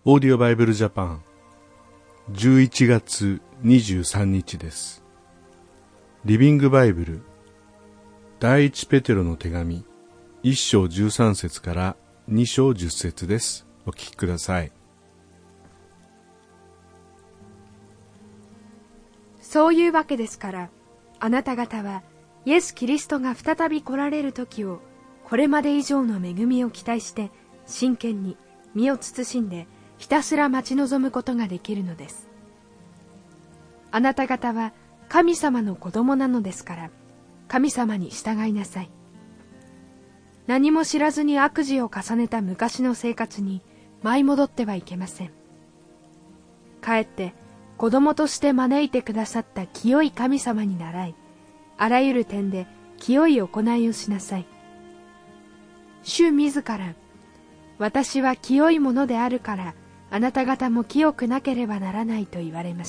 オーディオバイブルジャパン11月23日です。リビングバイブル第一ペテロの手紙1章13節から2章10節です。お聞きください。 そういうわけですから、あなた方はイエス・キリストが再び来られる時をこれまで以上の恵みを期待して真剣に身を慎んでひたすら待ち望むことができるのです。あなた方は神様の子供なのですから、神様に従いなさい。何も知らずに悪事を重ねた昔の生活に舞い戻ってはいけません。かえって子供として招いてくださった清い神様に倣い、あらゆる点で清い行いをしなさい。主自ら、私は清いものであるからあなた方も清くなければならないと言われました。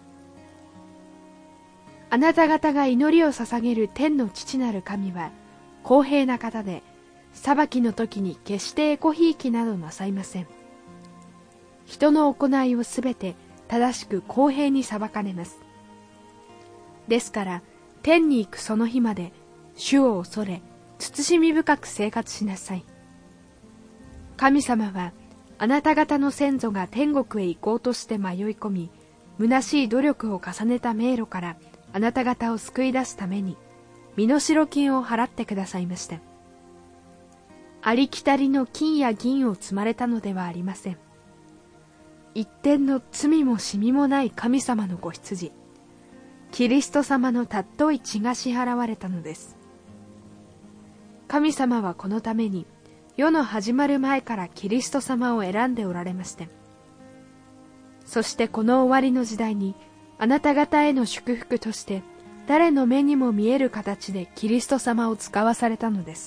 あなた方が祈りを捧げる天の父なる神は公平な方で、裁きの時に決してエコひいきなどなさいません。人の行いをすべて正しく公平に裁かれます。ですから天に行くその日まで主を恐れ慎み深く生活しなさい。神様はあなた方の先祖が天国へ行こうとして迷い込み、虚しい努力を重ねた迷路からあなた方を救い出すために身代金を払ってくださいました。ありきたりの金や銀を積まれたのではありません。一点の罪もしみもない神様のご羊、キリスト様の尊い血が支払われたのです。神様はこのために世の始まる前からキリスト様を選んでおられました。そしてこの終わりの時代にあなた方への祝福として誰の目にも見える形でキリスト様を使わされたのです。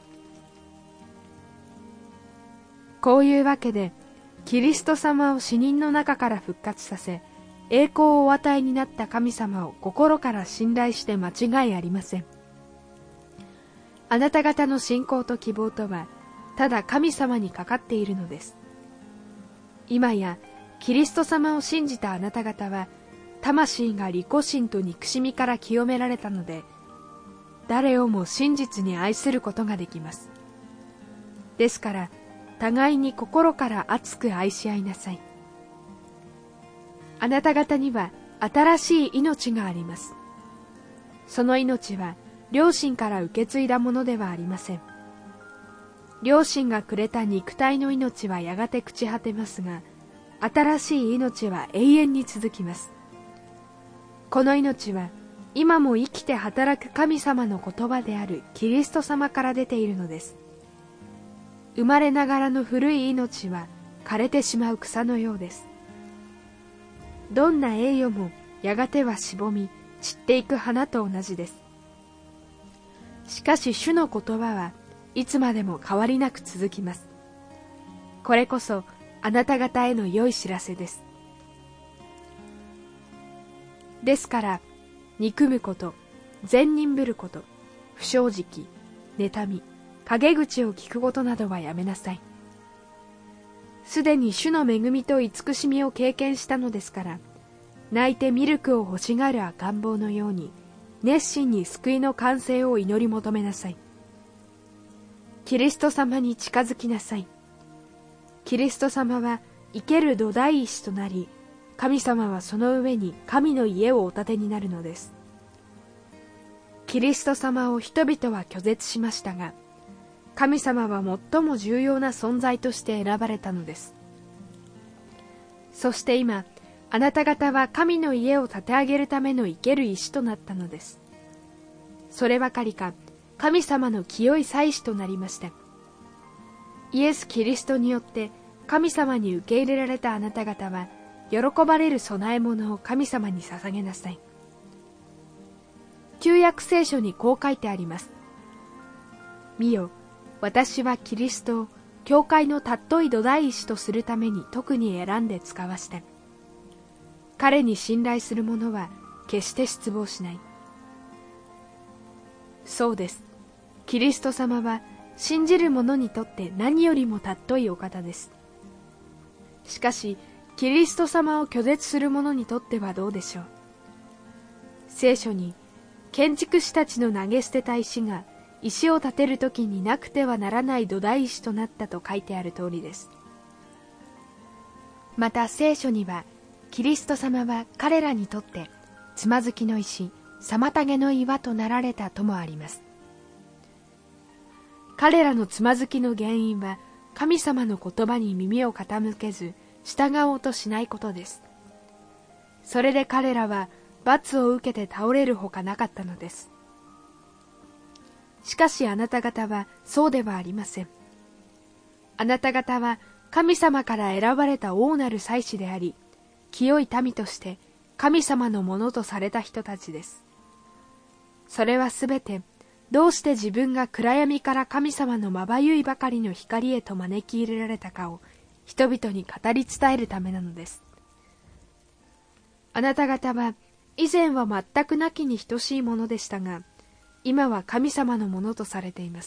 こういうわけでキリスト様を死人の中から復活させ、栄光をお与えになった神様を心から信頼して間違いありません。あなた方の信仰と希望とはただ神様にかかっているのです。今やキリスト様を信じたあなた方は魂が利己心と憎しみから清められたので、誰をも真実に愛することができます。ですから互いに心から熱く愛し合いなさい。あなた方には新しい命があります。その命は両親から受け継いだものではありません。両親がくれた肉体の命はやがて朽ち果てますが、新しい命は永遠に続きます。この命は今も生きて働く神様の言葉であるキリスト様から出ているのです。生まれながらの古い命は枯れてしまう草のようです。どんな栄誉もやがてはしぼみ散っていく花と同じです。しかし主の言葉はいつまでも変わりなく続きます。これこそあなた方への良い知らせです。ですから憎むこと、善人ぶること、不正直、妬み、陰口を聞くことなどはやめなさい。すでに主の恵みと慈しみを経験したのですから、泣いてミルクを欲しがる赤ん坊のように熱心に救いの完成を祈り求めなさい。キリスト様に近づきなさい。キリスト様は生ける土台石となり、神様はその上に神の家をお建てになるのです。キリスト様を人々は拒絶しましたが、神様は最も重要な存在として選ばれたのです。そして今、あなた方は神の家を建て上げるための生ける石となったのです。そればかりか、神様の清い祭司となりました。イエス・キリストによって神様に受け入れられたあなた方は、喜ばれる供え物を神様に捧げなさい。旧約聖書にこう書いてあります。見よ、私はキリストを教会の尊い土台石とするために特に選んで使わした。彼に信頼する者は決して失望しない。そうです。キリスト様は信じる者にとって何よりも尊いお方です。 しかしキリスト様を拒絶する者にとってはどうでしょう。聖書に建築士たちの投げ捨てた石が石を建てるときになくてはならない土台石となったと書いてある通りです。また聖書にはキリスト様は彼らにとってつまずきの石、妨げの岩となられたともあります。彼らのつまずきの原因は神様の言葉に耳を傾けず従おうとしないことです。それで彼らは罰を受けて倒れるほかなかったのです。しかしあなた方はそうではありません。あなた方は神様から選ばれた大なる祭司であり、清い民として神様のものとされた人たちです。それはすべてどうして自分が暗闇から神様のまばゆいばかりの光へと招き入れられたかを人々に語り伝えるためなのです。あなた方は以前は全くなきに等しいものでしたが、今は神様のものとされています。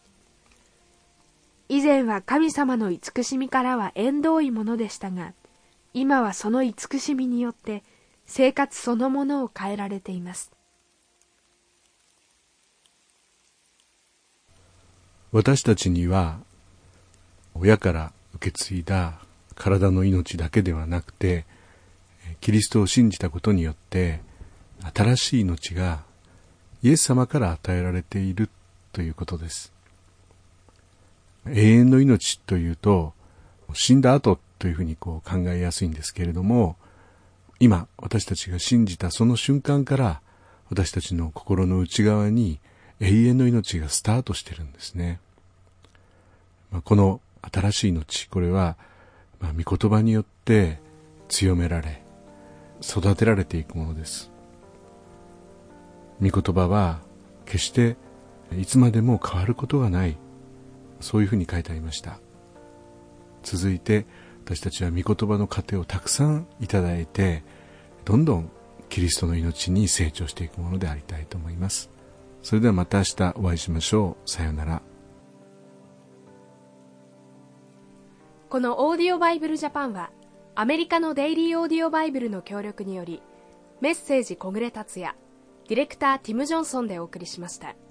以前は神様の慈しみからは縁遠いものでしたが、今はその慈しみによって生活そのものを変えられています。 私たちには親から受け継いだ体の命だけではなくて、キリストを信じたことによって新しい命がイエス様から与えられているということです。永遠の命というと死んだ後というふうに考えやすいんですけれども、今私たちが信じたその瞬間から私たちの心の内側に永遠の命がスタートしてるんですね。この新しい命、これは御言葉によって強められ育てられていくものです。御言葉は決していつまでも変わることがない、そういうふうに書いてありました。続いて私たちは御言葉の糧をたくさんいただいて、どんどんキリストの命に成長していくものでありたいと思います。それではまた明日お会いしましょう。さようなら。 このオーディオバイブルジャパンはアメリカのデイリーオーディオバイブルの協力により、メッセージ小暮達也、ディレクターティム・ジョンソンでお送りしました。